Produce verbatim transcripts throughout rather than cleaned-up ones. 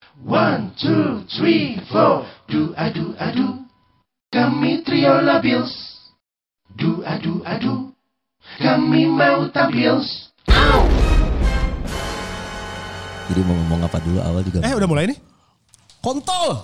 One, two, three, four. Do adu adu. Kami trio labils. Do adu adu. Kami mau tampil. Ow! Jadi mau ngomong apa dulu awal juga. Eh udah mulai nih? Kontol.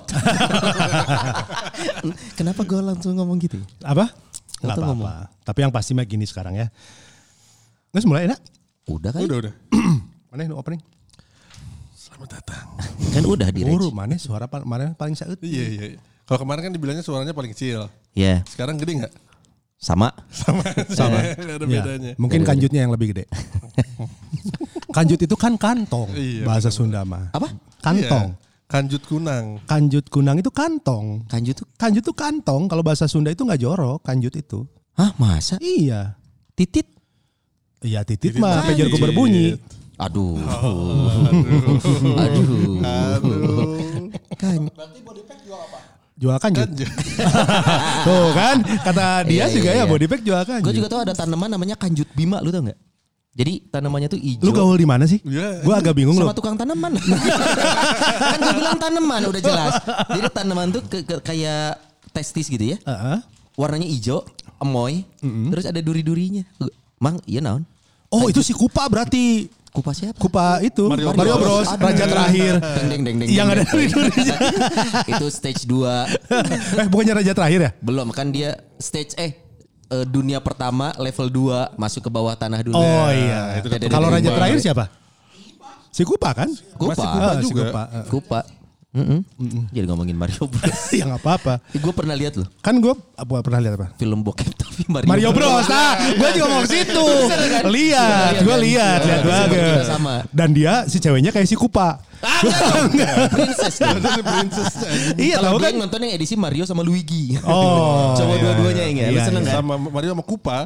Kenapa gue langsung ngomong gitu? Apa? Gak Atau ngomong? apa-apa. Tapi yang pasti mah gini sekarang ya. Nggak mulai enak? Udah kan? Udah udah. Mana yang opening? Selamat datang. Kan udah di Buru, mana suara pal- mana paling saut? Iya iya. Kalau kemarin kan dibilangnya suaranya paling kecil. Ya, Sekarang gede nggak? sama. Sama. Sama. Nggak ada Ya, bedanya. mungkin kanjutnya yang lebih gede. Kanjut itu kan kantong. Iya, Bahasa benar. Sunda mah. Apa? Kantong. Iya. Kanjut kunang. Kanjut kunang itu kantong. Kanjut tuh? Kanjut itu kantong. Kalau bahasa Sunda itu nggak jorok. Kanjut itu. Hah, masa? Iya. Titit? Iya titit, Titit mah mah pejerku kanjut. berbunyi. Aduh. Aduh. Aduh. Aduh. Kan. Jual kanjut. Kanjut. Tuh kan kata dia Iya, juga iya, ya iya. body pack jual kanjut. Gue juga tahu ada tanaman namanya kanjut bima, lu tau nggak? Jadi tanamannya tuh hijau. Lu gaul di mana sih? Ya, Gue agak bingung sama loh. tukang tanaman. Kan gue bilang tanaman udah jelas. Jadi tanaman tuh ke- ke- kayak testis gitu ya. Heeh. Warnanya hijau, emoy, terus ada duri-durinya. Mang, iya naon? Oh itu si Kupa berarti. Kupa siapa? Kupa itu Mario Mario, Bros. Bros. Aduh. Raja terakhir. Deng, deng, deng, deng, Yang deng, ada deng. duri-durinya. Itu stage dua. Eh bukannya Raja terakhir ya? Belum kan dia stage eh eh, dunia pertama level dua masuk ke bawah tanah dulu. Oh iya. itu kan Kalau Kupa. Raja terakhir siapa? Si Kupa kan? Kupa. Masih Kupa Ah, si juga. Kupa. Eh. Kupa. Mm-mm. Jadi ngomongin Mario Bros. Ya nggak apa-apa. Gue pernah lihat loh Kan gue apa pernah lihat apa? film bokep tapi Mario, Mario Bros. Nah, gue juga mau ke situ. kan? Lihat, gue lihat, lihat Kita banget. sama. Dan dia si ceweknya kayak si Kupa. Ah, enggak dong. Princess dong. Ada si princess aja. Iya Kalau tahu dia kan? yang nonton yang edisi Mario sama Luigi. Oh. Coba iya, dua-duanya ya nggak? Lu iya, seneng iya. kan? Sama Mario sama Kupa.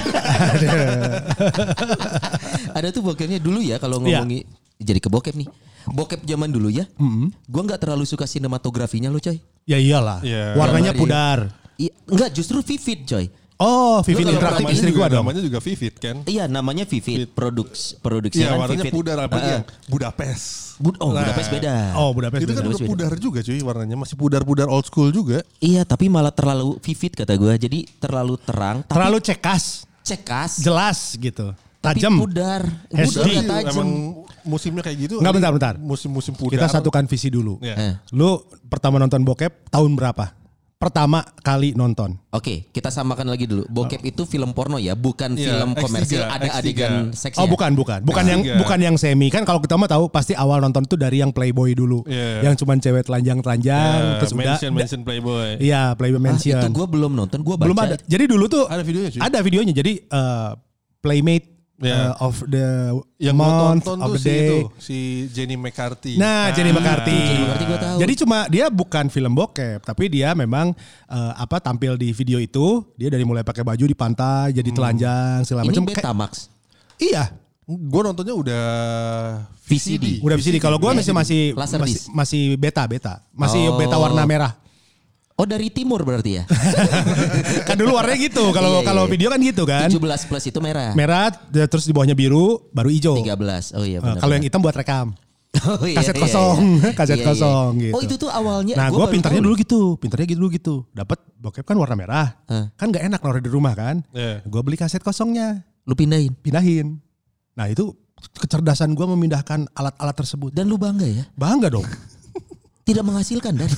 Ada tuh bokepnya dulu ya kalau Iya. ngomongin jadi ke bokep nih. Bokep zaman dulu ya. Gua nggak terlalu suka sinematografinya lo coy. Ya iyalah. Iya. Warnanya Gambarnya. pudar. I, enggak justru vivid coy. Oh, Vivin Lu kalau interaktif namanya istri juga, gua dong. namanya juga Vivid kan. Iya namanya vivid. Produks produksi Iya kan warnanya vivid. pudar apalagi Ah, yang Budapest. Bud- oh Nah, Budapest beda. Oh, Budapest Itu kan beda. udah pudar juga cuy warnanya. Masih pudar-pudar old school juga. Iya tapi malah terlalu vivid kata gue. Jadi terlalu terang. Tapi Terlalu cekas, cekas. jelas gitu. Tapi Tajam. pudar. S D. Pudar nggak tajam. Emang musimnya kayak gitu. Enggak nanti bentar-bentar. Musim-musim pudar. Kita satukan visi dulu. Iya. Eh. Lu pertama nonton bokep tahun berapa? Pertama kali nonton. Oke, kita samakan lagi dulu. Bokep itu film porno ya, bukan Iya, film X tiga, komersil. Ada X tiga. adegan seksnya. Oh bukan bukan, bukan Nah, yang iya. bukan yang semi kan kalau kita mah tahu pasti awal nonton tuh dari yang Playboy dulu, Iya. yang cuman cewek telanjang-telanjang Ya, terus udah, mention, mention Playboy. iya Playboy Ah, mention. itu gue belum nonton, gue baca. Belum ada. Jadi dulu tuh Ada videonya cuy. ada videonya. Jadi eh, Playmate Iya. eh, of the Yang gue month tonton of tuh the si day. itu si Jenny McCarthy. Nah, Jenny McCarthy. Jenny McCarthy gua tahu. Jadi cuma dia bukan film bokep, tapi dia memang eh, apa tampil di video itu, dia dari mulai pakai baju di pantai, jadi telanjang segala Ini macam. Betamax. Iya, Gue nontonnya udah V C D. udah bisa di. Kalau gue masih masih masih, Laserdisc. masih beta beta, masih Oh. beta warna merah. Oh dari timur berarti ya? Kan dulu warnanya gitu. Kalau Iya, iya, kalau iya. video kan gitu kan. tujuh belas plus itu merah. Merah terus di bawahnya biru, baru hijau. tiga belas. Oh iya Eh, benar. kalau yang hitam buat rekam. Oh, iya, kaset iya, kosong, iya. kaset Iya, iya. kosong gitu. Oh itu tuh awalnya. Nah, gua gue baru pinternya tahu dulu loh. gitu, pinternya gitu dulu gitu. Dapat bokep kan warna merah, Hah. kan nggak enak naruh di rumah kan. Iya. Gue beli kaset kosongnya, Lu pindahin. pindahin. Nah itu kecerdasan gue memindahkan alat-alat tersebut. Dan lu bangga ya? Bangga dong. Tidak menghasilkan dan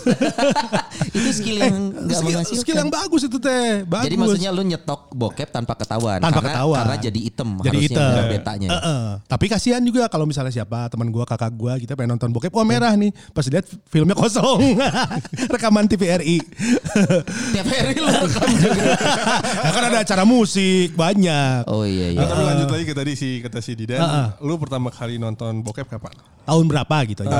itu skill yang nggak skill, menghasilkan. skill yang bagus itu teh, bagus. Jadi maksudnya lu nyetok bokep tanpa ketahuan. tanpa karena, ketahuan. Karena jadi item Jadi harusnya hitam. nggak betanya. Eh, eh. Tapi kasihan juga kalau misalnya siapa teman gue, kakak gue, kita pengen nonton bokep, oh merah nih. Pas lihat filmnya kosong, rekaman T V R I. Tiap hari lu rekam juga. Nah, kan ada acara musik banyak. Oh iya iya. Nah, tapi lanjut lagi ke tadi si kata si Didan. Uh-uh. Lu pertama kali nonton bokep kapan? Tahun berapa gitu aja?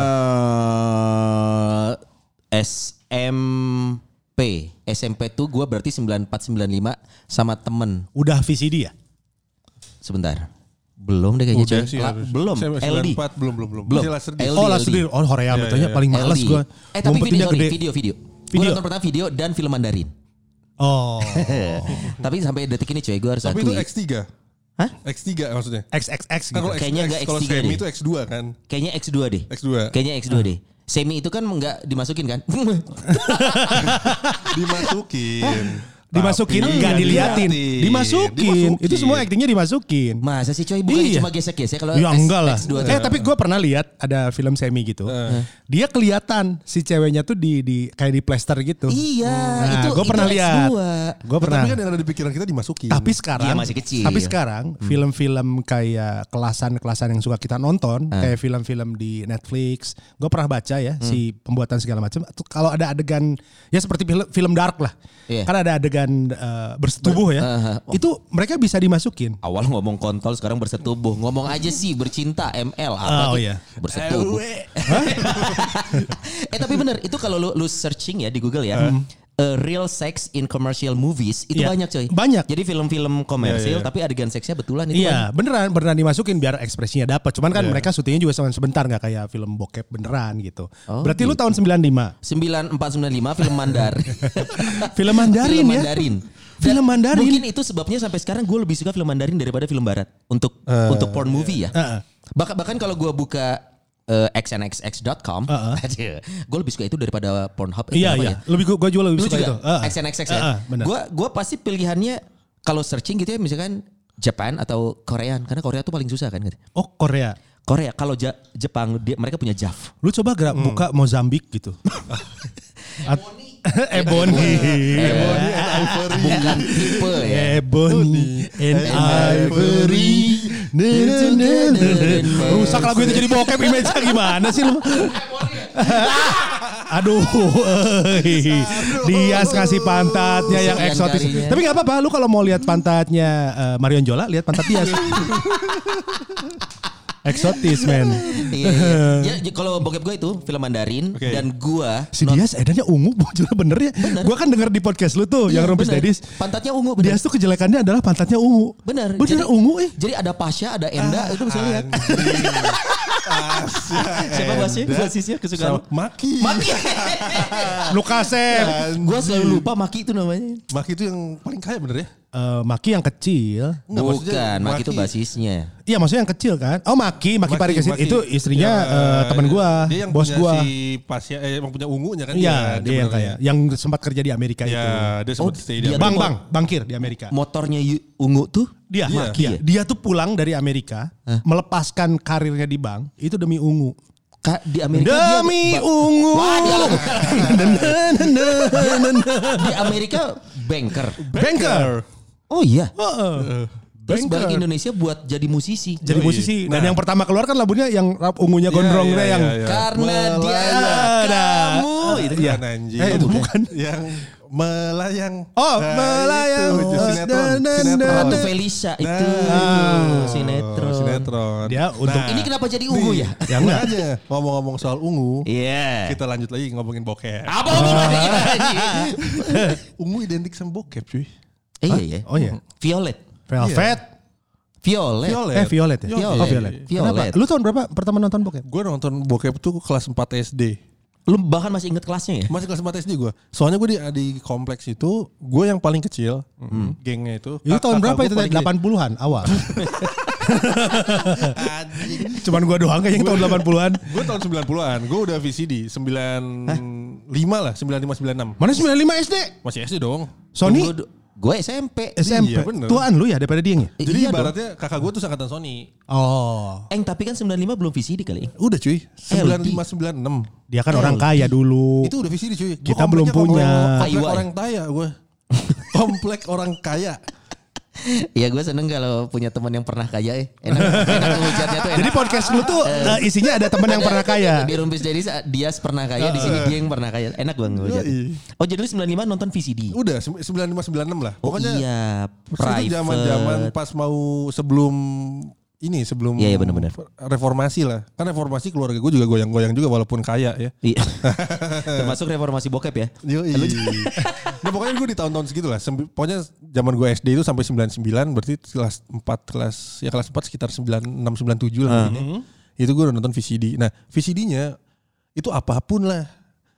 Eh, S M P. S M P tuh gue berarti sembilan empat sembilan lima sama temen. Udah V C D ya? Sebentar. Belum deh kayaknya. Udah coy. sih La- harus. belum. Saya L D. sembilan puluh empat belum belum belum. Belum. Masih Laserdisc. L D. Oh lah sendiri, oh Horea Iya, betulnya iya. paling males L D. gue. Eh tapi video, sorry, video, video. Gue Video. nonton pertama video dan film Mandarin. Oh. Tapi sampai detik ini coy gue harus Tapi itu akui. X tiga. Hah? X tiga maksudnya. X X X Kan gitu. kalau X, Kayaknya X, nggak kalau X tiga semi deh. itu X dua kan. Kayaknya X dua deh. X dua. Kayaknya X dua deh. Semi itu kan enggak dimasukin kan? Dimasukin. Dimasukin Tapi enggak diliatin, diliatin. dimasukin. Dimasukin. Itu semua aktingnya dimasukin. Masa sih coy, bukan Iya. cuma gesek-gesek kalau Ya X- enggak lah. X dua Eh tapi gue pernah lihat ada film semi gitu. Dia kelihatan si ceweknya tuh di di kayak di plaster gitu. Iya, Nah, itu gue pernah itu X lihat. dua. Gue pernah. Tapi kan yang ada di pikiran kita dimasukin. Tapi sekarang, Iya, masih kecil. tapi sekarang film-film kayak kelasan-kelasan yang suka kita nonton, Ah. kayak film-film di Netflix, gue pernah baca ya si pembuatan segala macam. Tuh kalau ada adegan ya seperti film, film dark lah, Iya. kan ada adegan eh, bersetubuh ya, Uh, uh, itu mereka bisa dimasukin. Awal ngomong kontol, sekarang bersetubuh. Ngomong aja sih bercinta M L apa Oh, tuh? iya. Bersetubuh. eh tapi bener, itu kalau lu, lu searching ya di Google ya. uh, real sex in commercial movies itu Iya, banyak coy. banyak. Jadi film-film komersil Iya, iya. tapi adegan seksnya betulan itu Iya banyak. beneran beneran dimasukin biar ekspresinya dapat. Cuman kan mereka syutingnya juga sebentar nggak kayak film bokep beneran gitu. Oh, Berarti lu gitu. tahun sembilan lima. sembilan empat sembilan lima film Mandar. Film Mandarin film ya. Mandarin. Film Dan Mandarin. Mungkin itu sebabnya sampai sekarang gue lebih suka film Mandarin daripada film Barat untuk untuk porn movie ya. Uh-uh. Bahkan bahkan kalau gue buka uh, x n x x dot com, Uh-uh. gue lebih suka itu daripada Pornhub. Eh, Iya kenapa iya. ya? Lebih gua, gua juga lebih Lu suka juga itu. Uh-uh. X N X X ya. Uh-uh, bener. Gue gue pasti pilihannya kalau searching gitu ya misalkan Japan atau Korean karena Korea tuh paling susah kan. Oh Korea. Korea kalau Ja- Jepang dia, mereka punya J A V. Lu coba gerak buka Mozambik gitu. At- Ebony. Ebony and Ivory. Bukan tipe ya. Ebony and Ivory. Na, na, na, na, na. Rusak lagu itu jadi bokep image-nya gimana sih lu? Aduh, eh. Dias ngasih pantatnya yang Sekian eksotis. kalinya. Tapi nggak apa-apa, lu kalau mau lihat pantatnya eh, Marion Jola, lihat pantat Dias. Eksotis men. Iya, iya. Ya, j- kalau bokep gue itu film Mandarin Oke. dan gua Si Dias edarnya ungu, juga bener ya. Gue kan denger di podcast lu tuh Iya, yang Rompis bener. Dedis. Pantatnya ungu bener. Dias tuh kejelekannya adalah pantatnya ungu. Bener. Bener Jadi- ungu eh. Jadi ada Pasha, ada Enda, itu bisa lihat. Siapa Siapa basisnya? Basisnya kesukaan. Maki. Maki. Lukasen. Gue selalu lupa Maki itu namanya. Maki itu yang paling kaya bener ya? Eh, Maki yang kecil. Enggak, maksudnya Bukan, Maki itu Maki- basisnya. Iya maksudnya yang kecil kan. Oh Maki, Maki, Maki, Parikesit Maki. itu istrinya Ya, eh, teman gua, Dia yang bos punya gua. si pasien, eh, yang punya ungunya kan. Iya, dia yang benernya. kaya. Yang sempat kerja di Amerika itu. Ya, dia sempat Oh, stay dia di tuh Bang, mau- bang, bangkir di Amerika. Motornya Yu- ungu tuh Dia, Iya. Maki ya. Dia tuh pulang dari Amerika, melepaskan karirnya di bank, itu demi ungu. Ka- di Amerika Demi dia, ba- ungu. Wah, dia- Na, na, na, na, na. di Amerika banker. Banker. Oh iya. Heeh. Terus Banker. balik Indonesia buat jadi musisi. Jadi Yoi. musisi. Dan Nah. yang pertama keluar kan lagunya yang rap ungunya gondrong Iya, deh iya, yang iya, iya. Karena dia Melayang. kamu. Itu Iya. kan anjing. Eh, itu bukan. Yang melayang. Oh, Nah, melayang. Itu, itu sinetron. Na, na, na, Sinetron. na. Ratu Felicia itu Nah. sinetron. Sinetron. Dia untuk Ini kenapa jadi ungu ya? Ya enggak. Makanya ngomong-ngomong soal ungu, Iya. kita lanjut lagi ngomongin bokep. Apa hubungannya kita anjing? Ungu identik sama bokep cuy. Eh, Iya iya. Oh iya. Violet. Velvet. Violet. Violet. Eh Violet ya? Violet. Oh Violet. Violet. Kenapa? Lu tahun berapa pertama nonton bokep? Gue nonton bokep tuh kelas empat S D. Lu bahkan masih inget kelasnya ya? Masih kelas empat S D gue. Soalnya gue di, di kompleks itu, gue yang paling kecil, gengnya itu. Itu tahun Kakak berapa gua itu? paling gede. delapan puluhan awal. Cuman gua doang kayaknya tahun delapan puluhan. Gue tahun sembilan puluhan, gue udah V C D sembilan lima lah, sembilan lima sembilan enam. Mana sembilan puluh lima S D? Masih S D dong. Sony Gue S M P. S M P. Iya, bener. Tuaan lu ya daripada dia ya? Eh, Jadi iya dong. ibaratnya kakak gue tuh angkatan Sony. Oh. Eng tapi kan sembilan puluh lima belum V C D kali. Udah cuy, sembilan lima sembilan enam. Dia kan orang kaya dulu. Itu udah V C D cuy. Gua Kita kompleknya belum komplek- punya. Komplek Kaiwa, orang kaya gue. Komplek orang kaya. Iya gue seneng kalau punya teman yang pernah kaya eh. Enak, enak ngehujatnya tuh enak. Jadi podcast lu tuh eh, isinya ada teman yang Ada- pernah kaya. Di Rumpis Dedi dia pernah kaya, di sini dia yang pernah kaya. Enak gue ngehujat. Yoi. Oh jadi lu sembilan puluh lima nonton V C D? Udah sembilan lima sembilan enam lah. Oh Pokoknya iya, itu private. zaman-zaman pas mau sebelum ini sebelum Iya, iya, benar-benar. reformasi lah. Kan reformasi keluarga gue juga goyang-goyang juga walaupun kaya ya. Iya. Termasuk reformasi bokep ya. Yoi. Nah pokoknya gue di tahun-tahun segitu lah. Sembi- pokoknya zaman gue S D itu sampai sembilan puluh sembilan berarti kelas empat kelas ya kelas empat sekitar sembilan enam sembilan tujuh lah mungkin ya. Itu gue udah nonton V C D. Nah V C D-nya itu apapun lah.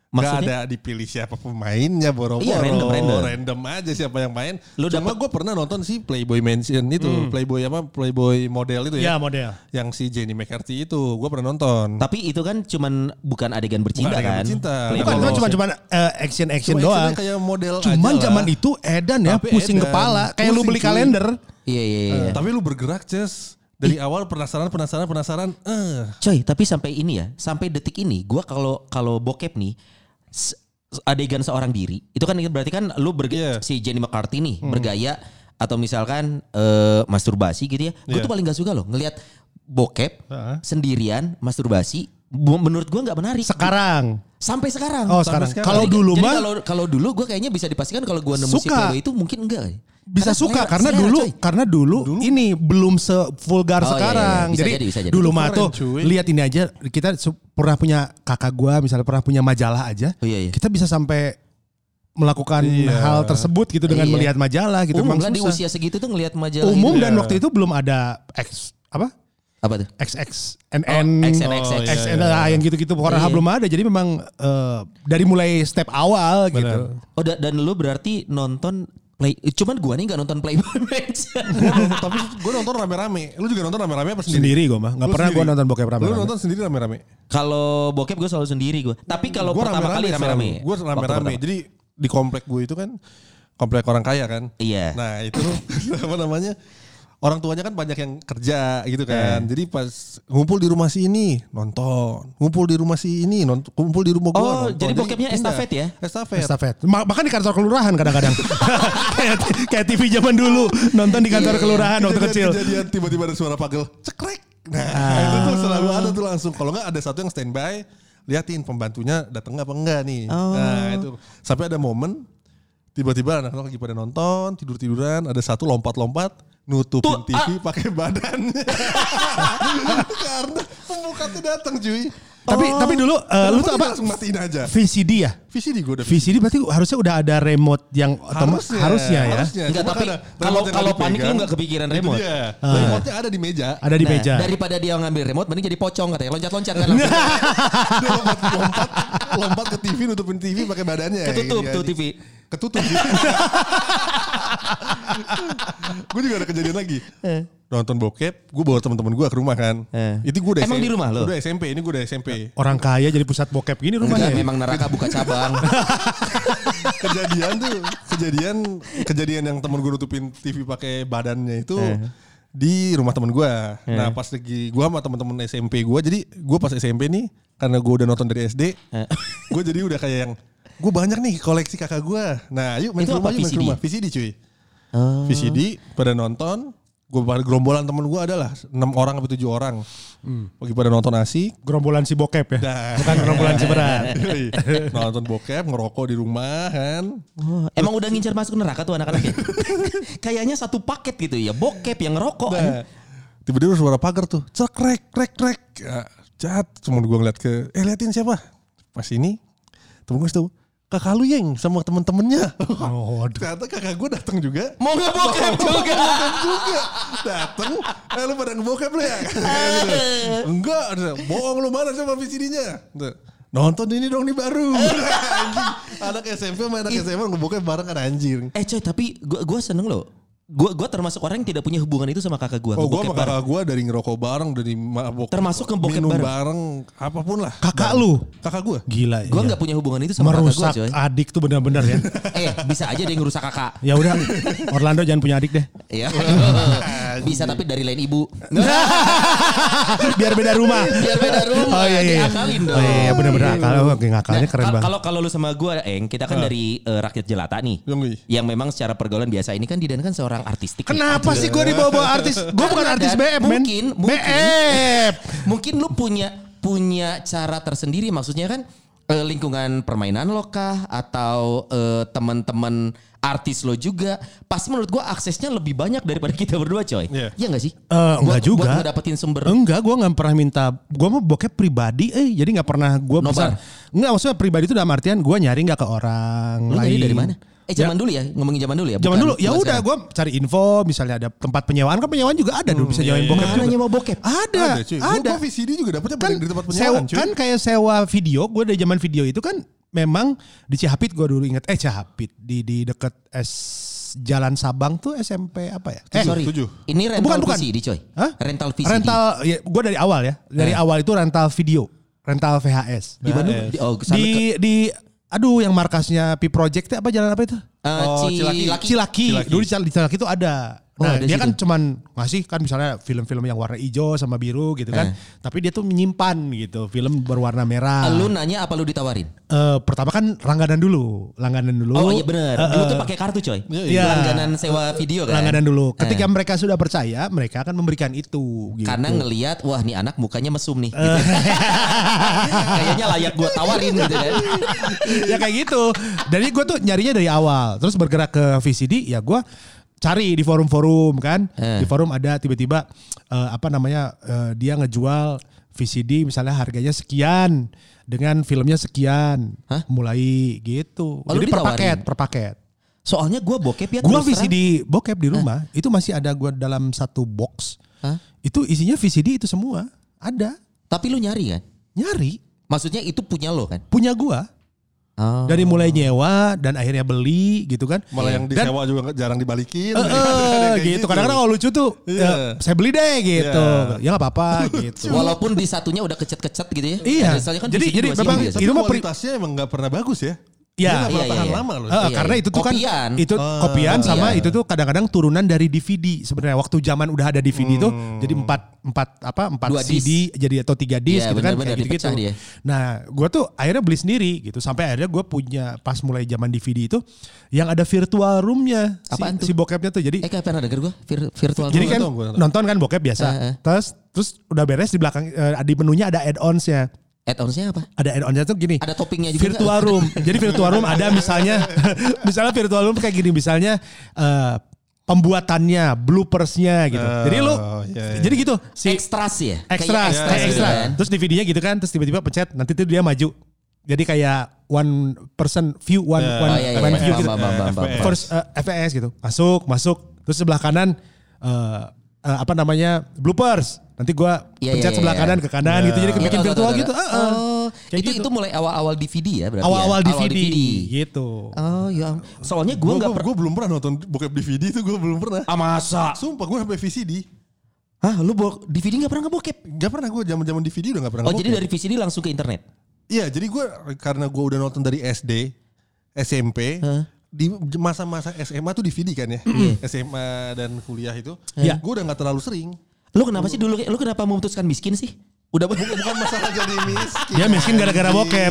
Maksudnya? Gak ada dipilih siapa pemainnya, boro-boro. Iya, random, random. Random aja siapa yang main. Lu Cuma gue pernah nonton si Playboy Mansion itu. Hmm. Playboy apa? Playboy model itu Ya ya. model. Yang si Jenny McCarthy itu. Gue pernah nonton. Tapi itu kan cuman bukan adegan bercinta Bukan adegan kan? bercinta. Playboy Bukan, Kalau- cuma cuma cuma uh, action action Cuma doang. actionnya kayak model Cuman aja zaman lah. itu edan ya, Tapi pusing edan. kepala. Kayak lu Pusing, beli cuy. kalender. Iya iya iya. Tapi lu bergerak, Ces. Dari awal penasaran, penasaran, penasaran. Eh. Coy, tapi sampai ini ya, sampai detik ini gua kalau kalau bokep nih s- adegan seorang diri, itu kan berarti kan lu berga- Yeah. si Jenny McCarthy nih bergaya atau misalkan eh, masturbasi gitu ya. Gue Yeah. tuh paling gak suka loh ngelihat bokep Heeh. sendirian masturbasi. Bu- Menurut gua nggak menarik. Sekarang. Sampai sekarang. Oh Sampai sekarang. sekarang. Kalau Jadi- dulu jadi mah kalau kalau dulu gue kayaknya bisa dipastikan kalau gue nemu si Suka. Playboy itu mungkin enggak. bisa Karena suka selera- karena selera, dulu coy. karena dulu, ini belum sevulgar Oh, iya, iya, sekarang. bisa Jadi, jadi, bisa jadi. dulu Itu mah keren, tuh cuy. lihat ini aja kita su- pernah punya kakak gua misalnya pernah punya majalah aja. Oh, iya, iya. Kita bisa sampai melakukan Iya. hal tersebut gitu dengan Iya. melihat majalah gitu. Umum Memang lah di susah. usia segitu tuh ngelihat majalah. Umum gitu. dan Iya. waktu itu belum ada X apa? Apa tuh? X X N Oh, N X N X X. X N ah, yang gitu-gitu pokoknya Iya. belum ada. Jadi memang eh, dari mulai step awal gitu. Oh da- dan lu berarti nonton play cuman gua nih nggak nonton Playboy Mansion. Tapi gue nonton rame-rame. Lu juga nonton rame-rame apa sendiri? Sendiri gua mah. Enggak Lu pernah gua sendiri? nonton bokep Lu rame-rame. nonton sendiri rame-rame? Kalau bokep gue selalu sendiri gue. Tapi kalau Gua pertama kali rame-rame. Gue Waktu rame-rame. pertama. Jadi di komplek gue itu kan komplek orang kaya kan. Iya. Nah itu apa namanya? Orang tuanya kan banyak yang kerja gitu Eh. kan. Jadi pas ngumpul di rumah si ini nonton, ngumpul di rumah si ini nonton, ngumpul di rumah gua Oh, nonton. jadi bokepnya pindah. estafet ya? Estafet. Estafet. Ma- Bahkan di kantor kelurahan kadang-kadang. kayak, kayak T V zaman dulu nonton di kantor kelurahan waktu kecil. Kejadian tiba-tiba ada suara pagel, cekrek. Nah, Ah. itu tuh selalu ada tuh langsung. Kalau nggak ada satu yang standby, liatin pembantunya datang apa enggak nih. Oh. Nah, itu sampai ada momen tiba-tiba anak-anak lagi pada nonton, tidur-tiduran, ada satu lompat-lompat nutupin Tuh, T V pakai badannya. Karena pembukanya datang cuy. Tapi tapi dulu eh, lu Kenapa tuh dia apa? langsung matiin aja. V C D ya? V C D gue udah V C D berarti harusnya udah ada remote yang otomatis Harusnya, harusnya ya. harusnya. Enggak, Cuma tapi karena kalau remote yang kalau nggak panik lu dipegang, nggak kepikiran itu remote. dia. Remote-nya ada di meja. Ada di Nah, meja. Daripada dia ngambil remote mending jadi pocong katanya. Loncat-loncat kan langsung. Dia lompat, lompat, lompat ke T V, nutupin T V pakai badannya. Ketutup Gitu, tuh T V. Ketutup. Gue juga ada kejadian lagi. Nonton bokep, gue bawa teman-teman gue ke rumah kan. Eh. Itu gue udah Emang S M P. di rumah lo? Udah S M P, ini gue udah S M P. Orang kaya jadi pusat bokep gini Enggak, rumahnya. ya? memang neraka buka cabang. Kejadian tuh, kejadian kejadian yang temen gue nutupin T V pakai badannya itu di rumah temen gue. Nah pas lagi gue sama temen-temen S M P gue, jadi gue pas S M P nih karena gue udah nonton dari S D, gue jadi udah kayak yang gue banyak nih koleksi kakak gue. Nah yuk main Itu ke rumah, apa, yuk main V C D? ke rumah. V C D cuy. Oh. V C D pada nonton. Gue pada gerombolan temen gue adalah enam orang atau tujuh orang. Lagi pada nonton asik. Gerombolan si bokep ya. Nah. Bukan gerombolan si berat. Yoi. Nonton bokep, ngerokok di rumah kan. Oh, emang udah ngincer masuk neraka tuh anak-anaknya. Kayaknya satu paket gitu ya. Bokep yang ngerokok. Nah, tiba-tiba suara pagar tuh, cekrek, krek, krek. Ya, jahat, cuma gue ngeliat ke, eh liatin siapa? Pas ini, temen gue tuh, kakak lu yang sama temen-temennya. Oh, waduh. Ternyata kakak gue datang juga. Mau nggak bokep juga? Bokep juga. Datang, eh lu pada ngebokep lu ya? Kayak gitu. Enggak, bohong lu mana sama V C D-nya? Nonton ini dong nih baru. Anjing. Anak S M P sama anak S M A ngebokep bareng kan anjir. Eh coy, tapi gue gue seneng loh. Gue gue termasuk orang yang tidak punya hubungan itu sama kakak gue. Oh gue sama kakak gue dari ngerokok bareng, dari mabok. Termasuk ngebokep minum bareng. bareng. Apapun lah. Kakak Bareng. lu? Kakak gue. Gila. Gue iya. nggak punya hubungan itu sama Merusak kakak gue coy. adik tuh benar-benar ya. Eh bisa aja dia ngerusak kakak. Ya udah, Orlando jangan punya adik deh. Iya. Bisa tapi dari lain ibu. Biar beda rumah. Biar beda rumah. Oh iya iya. Diakalin dong. Oh iya benar-benar akal. Oh, ngakalnya Nah, keren kal- banget. Kalau kalau lu sama gue, Eng, kita kan dari eh, rakyat jelata nih. Yoi. Yang memang secara pergaulan biasa ini kan Didan kan seorang artistik. nih. Kenapa sih gue dibawa-bawa artis? Gue bukan artis B F, men. Mungkin, mungkin. B F. Mungkin lu punya punya cara tersendiri, maksudnya kan eh, lingkungan permainan lo kah atau eh, teman-teman artis lo juga. Pasti menurut gua aksesnya lebih banyak daripada kita berdua, coy. Iya. Iya enggak sih? Eh, enggak Buat- juga. Buat ngedapetin sumber. Enggak, gue nggak pernah minta. Gue mah bokep pribadi, eh jadi nggak pernah gue Nobar. bisa. Enggak, maksudnya pribadi itu dalam artian gue nyari nggak ke orang Lu lain. nyari dari mana? Eh Ya, zaman dulu ya, ngomongin zaman dulu ya. Zaman bukan- dulu, ya bukan udah sekarang. gue cari info, misalnya ada tempat penyewaan, kan penyewaan juga ada dulu bisa iya, nyewain iya. bokep Mana juga. nyewa bokep? Ada, cuy. ada. Gue V C D juga dapetnya Kan dari tempat sewa, penyewaan cuy. kan kayak sewa video, gue dari zaman video itu kan memang di Cihapit gue dulu inget. Eh Cihapit di di deket S Jalan Sabang tuh S M P apa ya? Eh, sorry. tujuh. Ini rental Bukan, bukan. V C D coy. Hah? Rental V C D. Rental, ya, gue dari awal ya. Dari Eh. awal itu rental video, rental V H S. Di Bandung. Di, oh, sana Di ke- di aduh yang markasnya P Project apa jalan apa itu? eh, Oh, Ci- Cilaki. Cilaki. Cilaki. Cilaki. Dulu di Cil- di Cilaki itu ada. Oh, Nah, ada dia situ. kan cuman ngasih kan misalnya film-film yang warna hijau sama biru gitu kan. Eh. Tapi dia tuh menyimpan gitu, film berwarna merah. Lu nanya apa lu ditawarin? Eh, pertama kan langganan dulu, langganan dulu. Oh iya bener. Eh, Dulu eh, tuh pakai kartu coy. Iya. Langganan sewa video kan. langganan dulu. Eh. Ketika mereka sudah percaya, mereka akan memberikan itu. Gitu. Karena ngelihat wah nih anak mukanya mesum nih. Gitu. Kayaknya layak gue tawarin gitu kan. ya kayak gitu. Jadi gue tuh nyarinya dari awal. Terus bergerak ke V C D, ya gue cari di forum-forum kan. Eh. Di forum ada tiba-tiba eh, apa namanya eh, dia ngejual V C D misalnya harganya sekian dengan filmnya sekian. Hah? Mulai gitu. Oh, lu Jadi per ditawarin? paket, per paket. Soalnya gue bokep ya. Gua terus V C D terang. bokep di rumah itu masih ada gua dalam satu box. Hah? Itu isinya V C D itu semua. Ada. Tapi lu nyari kan? Nyari. Maksudnya itu punya lo kan? Punya gua. Oh. Dari mulai nyewa dan akhirnya beli gitu kan. Malah yang Dan- disewa juga nggak- jarang dibalikin. Eh, eh, Kayak gitu. Kadang-kadang kalau lucu tuh, Iya. ya, saya beli deh gitu. Iya. Ya nggak apa-apa gitu. Walaupun di satunya udah kecet-kecet gitu ya. Iya. Soalnya kan Jadi- V C D jadi dua memang C D biasa. Tapi itu mah pri- kualitasnya emang nggak pernah bagus ya. Ya. Dia nggak pernah Iya, tahan iya, lama loh. Eh, Iya, karena iya. itu tuh kan Kopian. itu Oh, kopian sama kopian. itu tuh kadang-kadang turunan dari D V D sebenarnya waktu zaman udah ada D V D tuh jadi empat empat apa empat Dua C D jadi atau tiga disc Iya, gitu kan benar-benar kayak gitu-gitu. dipecah dia. Nah, gue tuh akhirnya beli sendiri gitu sampai akhirnya gue punya pas mulai zaman D V D itu yang ada virtual roomnya si, Apaan tuh? si bokepnya tuh jadi Eh kayak pernah denger gue Vir- virtual jadi room. kan tahu, gua tahu. nonton kan bokep biasa Eh, eh. terus terus udah beres di belakang eh, di menunya ada add-onsnya. Add-onsnya apa? Ada add-onnya tuh gini. Ada toppingnya juga Virtual nggak? room. Jadi virtual room ada misalnya, misalnya virtual room kayak gini misalnya eh, pembuatannya, bloopersnya gitu. Oh, jadi lu, iya, iya. jadi gitu si Extras ya? extra, Kayak extra, extras gitu extra. kan? Terus D V D-nya gitu kan, terus tiba-tiba pencet, nanti tuh dia maju. Jadi kayak one person view, one Ya. one, Oh, iya, iya, one iya. view Bam, gitu. bam, bam, bam, bam. First eh, F P S gitu, masuk, masuk. Terus sebelah kanan eh, eh, apa namanya bloopers. Nanti gua Iya, pencet iya, sebelah iya. kanan ke kanan gitu. Jadi Iya, bikin tahu, tahu, virtual tahu, gitu. tahu. Ah, ah. Oh, Kayak itu gitu. itu mulai awal-awal D V D ya berarti Awal-awal ya? D V D, Awal D V D. gitu. Oh ya, soalnya gue Gue nggak pernah. gue belum pernah nonton bokep D V D itu gue belum pernah. Ah masa? Sumpah gue sampai V C D. Hah, lu bo- D V D nggak pernah ngebokep? Gak pernah gue zaman zaman D V D udah gak pernah. Oh ngebokep. jadi dari V C D langsung ke internet? Iya jadi gue karena gue udah nonton dari S D, S M P, Hah? di masa-masa S M A tuh D V D kan ya, S M A dan kuliah itu, Iya. gue udah nggak terlalu sering. Lu kenapa sih dulu? Lu kenapa memutuskan miskin sih? Udah Bukan, bukan masalah jadi miskin. Dia miskin gara-gara bokep.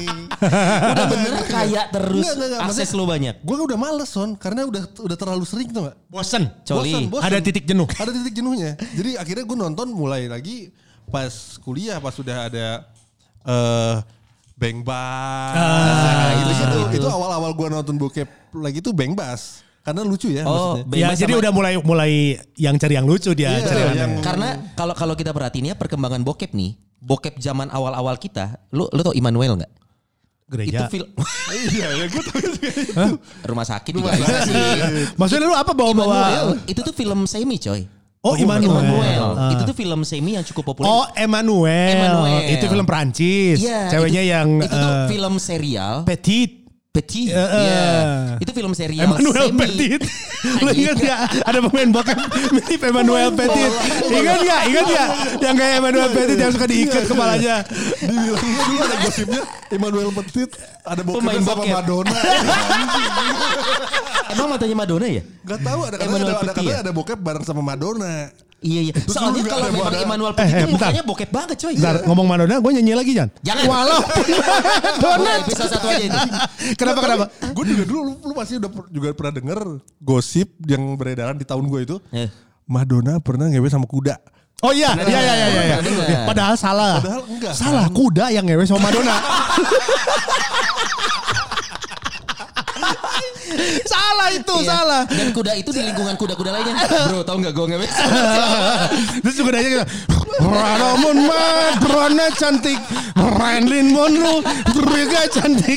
udah bener kaya terus Enggak, enggak, enggak. akses Maksudnya- lu banyak. Gue udah males son, karena udah udah terlalu sering tuh gak? Bosen. Coli. Ada titik jenuh. Ada titik jenuhnya. Jadi akhirnya gue nonton mulai lagi pas kuliah, pas sudah ada eh Bang Bas. Ah, itu, itu, itu, itu. itu awal-awal gue nonton bokep lagi tuh Bang Bas. Karena lucu ya Oh, maksudnya. Bang Ya Bas jadi sama- udah mulai mulai yang cari yang lucu dia. Iya, cari yang yang- aneh. Karena kalau kalau kita perhatiin ya perkembangan bokep nih, bokep zaman awal-awal kita, lu lu tau Immanuel nggak? Itu Gereja. film Iya, ya gue tahu juga. rumah sakit juga bisa sih. Maksudnya lu apa bawa-bawa? Immanuel, itu tuh film semi coy. Oh, Immanuel. Immanuel. Ah. Itu tuh film semi yang cukup populer. Oh, Emmanuel. Emmanuel. Itu film Prancis. Iya, Ceweknya itu- yang itu tuh eh, film serial Petit. Petit. Eh, eh. Iya. Itu film serial Emmanuel semi. Petit. Lu ingat gak? Ada pemain bokep mirip Emmanuel Petit. Ingat gak? Ingat gak? Yang kayak Emmanuel Petit yang suka diikat kepalanya. Dibilangnya dulu ada gosipnya Emmanuel Petit ada Pemain bokep sama bokep. Madonna. Emang matanya Madonna ya? Gak tahu ada katanya Emmanuel ada, ada, Petit katanya ya? ada bokep bareng sama Madonna. Iya iya. Soalnya juga kalau ada- memang ada- Emmanuel Eh, Petit eh, itu bentar. mukanya bokep banget coy. Bentar, ngomong Madonna, gue nyanyi lagi Jan. Jangan. Walaupun Madonna. Udah, episode satu aja ini. Kenapa kenapa? Gue juga dulu lu, lu pasti udah per- juga pernah denger gosip yang beredaran di tahun gue itu. Eh. Madonna pernah ngewe sama kuda. Oh iya, iya iya iya iya. iya. Pernah dengar. Padahal salah. Padahal enggak, Salah, kan? kuda yang ngewe sama Madonna. Salah itu, Iya. salah. Dan kuda itu di lingkungan kuda-kuda lainnya. Bro, tau gak gue ngewe? Terus juga aja gitu. Ramon Madonna cantik, Marilyn Monroe juga cantik.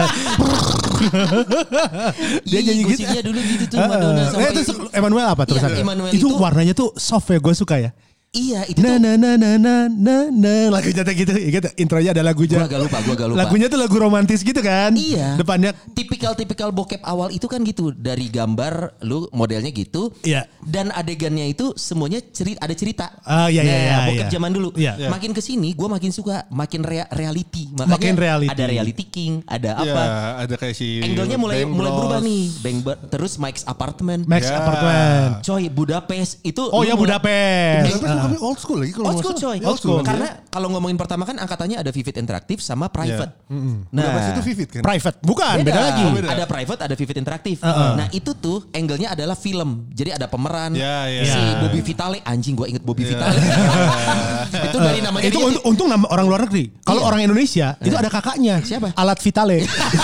Dia nyanyi gitu. Gosipnya dulu gitu tuh Madonna sama Eh, itu itu. Emmanuel apa tulisannya? Iya, Emmanuel itu itu- warnanya tuh soft ya, gue suka ya. Iya itu Na tuh. na na na na na na lagunya tuh gitu, gitu. Intronya ada lagunya. Gua agak lupa, gua agak lupa. Lagunya tuh lagu romantis gitu kan? Iya. Depannya Tipikal-tipikal bokep awal itu kan gitu. Dari gambar lu modelnya gitu. Iya. Dan adegannya itu semuanya cerita, ada cerita. Ah, iya, iya, nah, iya, bokep iya. zaman dulu. Iya. Makin kesini gue makin suka. Makin rea- reality. Makanya Makin reality. ada reality king. Ada Iya, apa. ada kayak si Angle-nya mulai Bang mulai Bros. berubah nih. Bang Ber- terus Mike's Apartment. Max Ya. Apartment. Coy Budapest itu. Oh lu ya mulai- Budapest. Tapi tapi old school lagi kalau Old nggak school salah. coy. Old school. Karena kalau ngomongin pertama kan angkatannya ada Vivid Interaktif sama Private. Nah, Nah, itu Vivid kan? Private. Bukan, beda, lagi. Oh, beda. Ada private, ada Vivid Interaktif. Uh-uh. Nah itu tuh angle-nya adalah film. Jadi ada pemeran. Ya, ya. Si Ya. Bobby Vitale. Anjing gue inget Bobby Ya. Vitale. Itu dari namanya Itu dia. untung, untung nama orang luar negeri. Kalau Iya. orang Indonesia itu ada kakaknya. Siapa? Alat Vitale.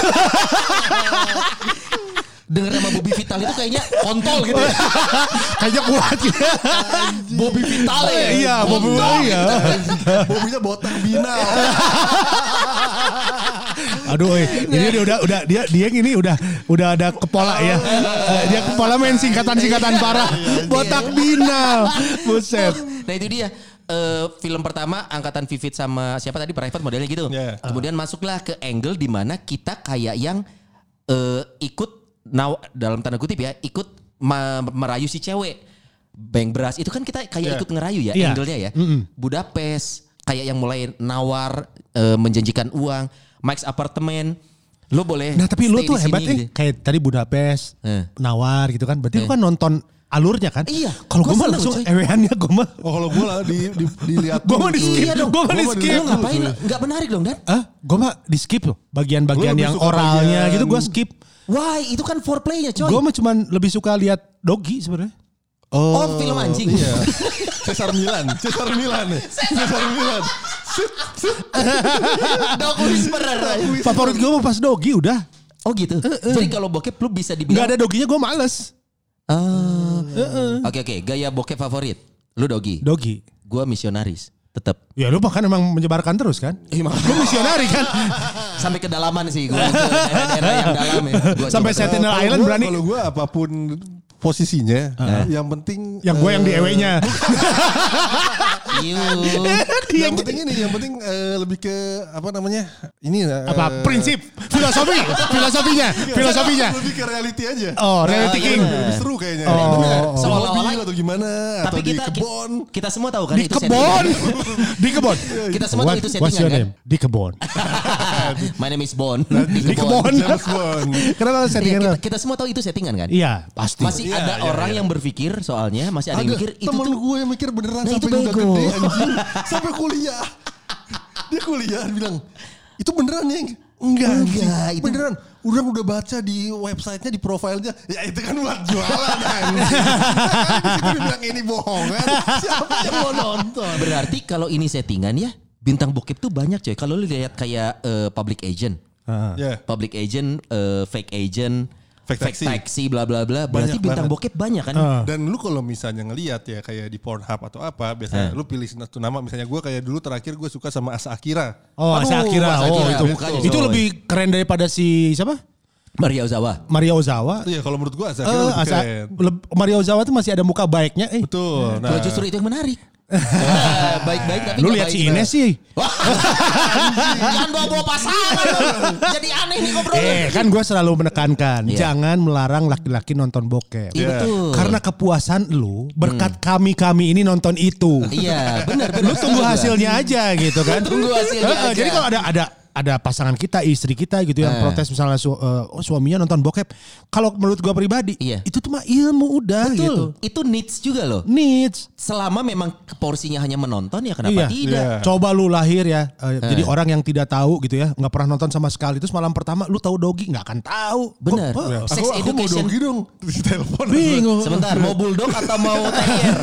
Dengar nama Bobby Vitale itu kayaknya kontol gitu. ya. Kayaknya kuat gitu. Bobby Vitale. Iya, Bobby Kontol iya. gitu. Bobinya botak binal. Aduh, eh, ini dia udah udah dia dia ini udah udah ada kepala ya. Eh, dia kepala main singkatan-singkatan parah. Botak binal. Buset. Nah itu dia. Eh, film pertama angkatan Vivid sama siapa tadi Private modelnya gitu. Yeah. Kemudian masuklah ke angle di mana kita kayak yang eh, ikut naw, dalam tanda kutip ya ikut ma- merayu si cewek. Bang Bros itu kan kita kayak Yeah. ikut ngerayu ya Yeah. angle-nya ya. Mm-mm. Budapest kayak yang mulai nawar eh, menjanjikan uang. Mike's Apartment lo boleh. Nah, tapi lu stay tuh di sini hebatnya gitu. kayak tadi Budapest, Eh. nawar gitu kan. Berarti lu Eh. kan nonton alurnya kan? Iya. Kalau gue Gua mah seneng, langsung coy. eweannya gue mah. Oh kalau gue lah di, di, dilihat Gua mah dulu, di cuy. skip. Iya dong. Gua mah di Gua mah skip. Lo ngapain? cuy. Nggak menarik dong Dan. Ah, gue mah di skip loh. Bagian-bagian Gua lebih yang suka oralnya bagian- gitu gue skip. Wah itu kan foreplaynya coy. Gue mah cuman lebih suka lihat Doggy sebenarnya. Oh, film anjing. Iya. Cesar Milan, Cesar Milan, Cesar Milan. Dog Whisperer. Favorit gue mah pas Doggy udah. Oh gitu. Jadi kalau bokep lu bisa Nggak dibilang. ada Doggy-nya gue males. Ah. Oke oke. Gaya bokep favorit. Lu Dogi. Doggy. Gua misionaris. Tetap. Ya lu bahkan emang menyebarkan terus kan? Lu misionari kan? Sampai kedalaman sih. Gua ke daerah-daerah yang dalam ya. Gua Sampai coba- Sentinel Kalau Island gua- berani. Kalau gue apapun posisinya, yang penting Yang gue yang di eh, ewenya. Iu. yang penting ini, yang penting eh, lebih ke apa namanya? Ini eh, Apa prinsip, filosofi, filosofinya, filosofinya. Lebih ke reality aja. Oh, reality iya king. bener. Lebih seru kayaknya. Oh. Bener. Di Seolah-olah- mobil atau gimana? Tapi atau kita di kebon. kita semua tahu kan Di itu kebon, settingan. di kebon. Kita semua tahu What- itu What's settingan your kan. name? Di kebon. My name is Bond. Di kebon. James Bond. Kenapa Iya, settingan? kita, lo? kita semua tahu itu settingan kan. Iya, pasti. Masih Iya, ada iya, orang iya. yang berpikir soalnya masih ada yang Ada mikir itu temen tuh. gue yang mikir beneran Nah, itu sampai udah bego. gede anjing. Sampai kuliah. Dia kuliah bilang, itu beneran ya? Enggak, anjing. Enggak, itu- beneran. Udah udah baca di websitenya, di profilnya. Ya itu kan buat jualan anjing. Nah, di situ dia bilang ini bohongan. Siapa yang mau nonton? Berarti kalau ini settingan ya, bintang bokep tuh banyak coy. Kalau lu lihat kayak eh, public agent, Ah. Ya. public agent, eh, fake agent, Fake taxi. taxi, bla bla bla. Berarti Banyak bintang banget. bokep banyak kan? Ah. Dan lu kalau misalnya ngelihat ya kayak di Pornhub atau apa, biasanya lu pilih satu nama. Misalnya gue kayak dulu terakhir gue suka sama Asa Akira. Oh, Aduh, Asa Akira. Asa Oh, Akira, itu mukanya itu coy. lebih keren daripada si siapa? Maria Ozawa. Maria Ozawa. Iya kalau menurut gue Asa Eh, Akira lebih Asa- keren. leb- Maria Ozawa tuh masih ada muka baiknya. Eh, Betul. Nah, Kalau justru itu yang menarik. Nah, baik-baik tapi lu nggak lihat si baik. Ines sih. Wah, jangan bawa-bawa pasangan lu. Jadi aneh nih ngobrolnya. Eh, kan gue selalu menekankan Iya. jangan melarang laki-laki nonton bokep. Iya betul. Karena kepuasan lu berkat kami-kami ini nonton itu. Iya, benar benar. Lu tunggu hasilnya aja gitu kan. Tunggu hasilnya Eh, eh, aja. Jadi kalau ada ada ada pasangan kita, istri kita gitu yang Eh. protes misalnya su- eh, oh, suaminya nonton bokep. Kalau menurut gua pribadi, Iya. itu tuh mah ilmu udah Betul. gitu. Itu needs juga loh. Needs. Selama memang porsinya hanya menonton ya kenapa Iya. tidak? Iya. Coba lu lahir ya, eh, jadi orang yang tidak tahu gitu ya, nggak pernah nonton sama sekali. Terus malam pertama lu tahu Doggy, nggak akan tahu. Bener. Kok- Ya, Sex aku, aku mau education. Doggy dong. Di telepon. Bingung. Sebentar, mau bulldog atau mau terrier?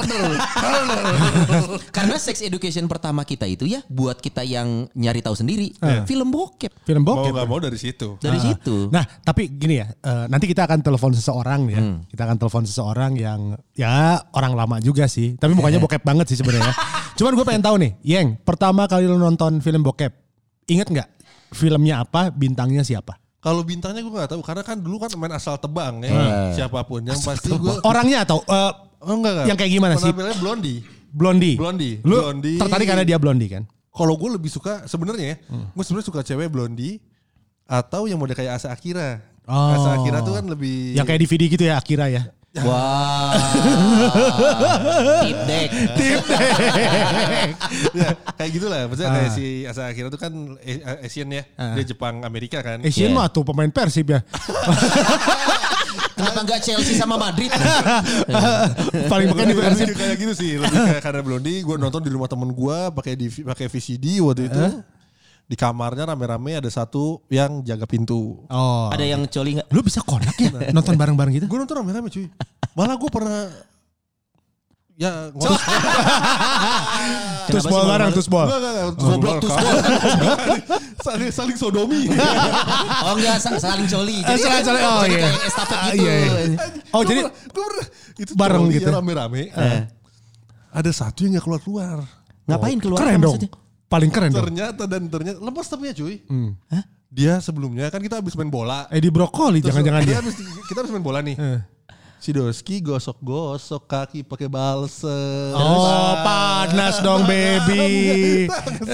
Karena sex education pertama kita itu ya buat kita yang nyari tahu sendiri, film bokep. Film Mau bokep. gak mau dari situ. Dari Ah. situ. Nah, tapi gini ya, eh, nanti kita akan telepon seseorang ya. Kita akan telepon seseorang yang ya orang lama juga sih, tapi mukanya bokep banget sih sebenarnya. Cuman gue pengen tahu nih, Yeng, pertama kali lu nonton film bokep, inget nggak filmnya apa, bintangnya siapa? Kalau bintangnya gue gak tahu. Karena kan dulu kan main asal tebang ya. Eh. Siapapun. Yang pasti gue. Orangnya atau eh, Oh enggak enggak. Yang kayak gimana sih? Penampilannya Blondie. Blondie. Blondie. Lu Blondie. tertarik karena dia blondie kan? Kalau gue lebih suka sebenarnya, hmm. gue sebenarnya suka cewek blondie atau yang model kayak Asa Akira. Oh. Asa Akira tuh kan lebih. Yang kayak D V D gitu ya Akira ya. Wah. Tip deck. Tip deck. Ya, kayak gitulah. Maksudnya Ah. kayak si Asa Akira tuh kan Asian ya. Ah. Dia Jepang Amerika kan. Asian Yeah. mah tuh pemain Persib ya. Kenapa enggak Chelsea sama Madrid? Paling bukan di Lebih Persib. kayak gitu sih. Lebih kayak karena blondie. Gue nonton di rumah temen gue pakai di pakai V C D waktu itu. Di kamarnya rame-rame ada satu yang jaga pintu. Oh. Ada yang coli enggak? Lu bisa konak ya nonton bareng-bareng gitu? Gue nonton rame-rame cuy. Malah gue pernah ya ngurus. Tusbol bareng, tusbol. Enggak, enggak, enggak. Goblok tuh. saling, saling sodomi. Oh enggak saling coli. Eh, saling- saling- oh, jadi iya. kayak estafet Ah, gitu. iya, iya. Oh Gua jadi pernah- gua pernah, itu bareng coli gitu. ya, rame-rame. Ada satu yang gak keluar-keluar. Ngapain keluar? keren dong. maksudnya? Paling keren dong. Ternyata dan ternyata lepas tapnya cuy. Hmm. Dia sebelumnya kan kita habis main bola. Eh di brokoli Terus jangan-jangan kita dia. habis, kita habis main bola nih. Eh. Si Doski gosok-gosok kaki pakai balsem. Oh panas dong baby.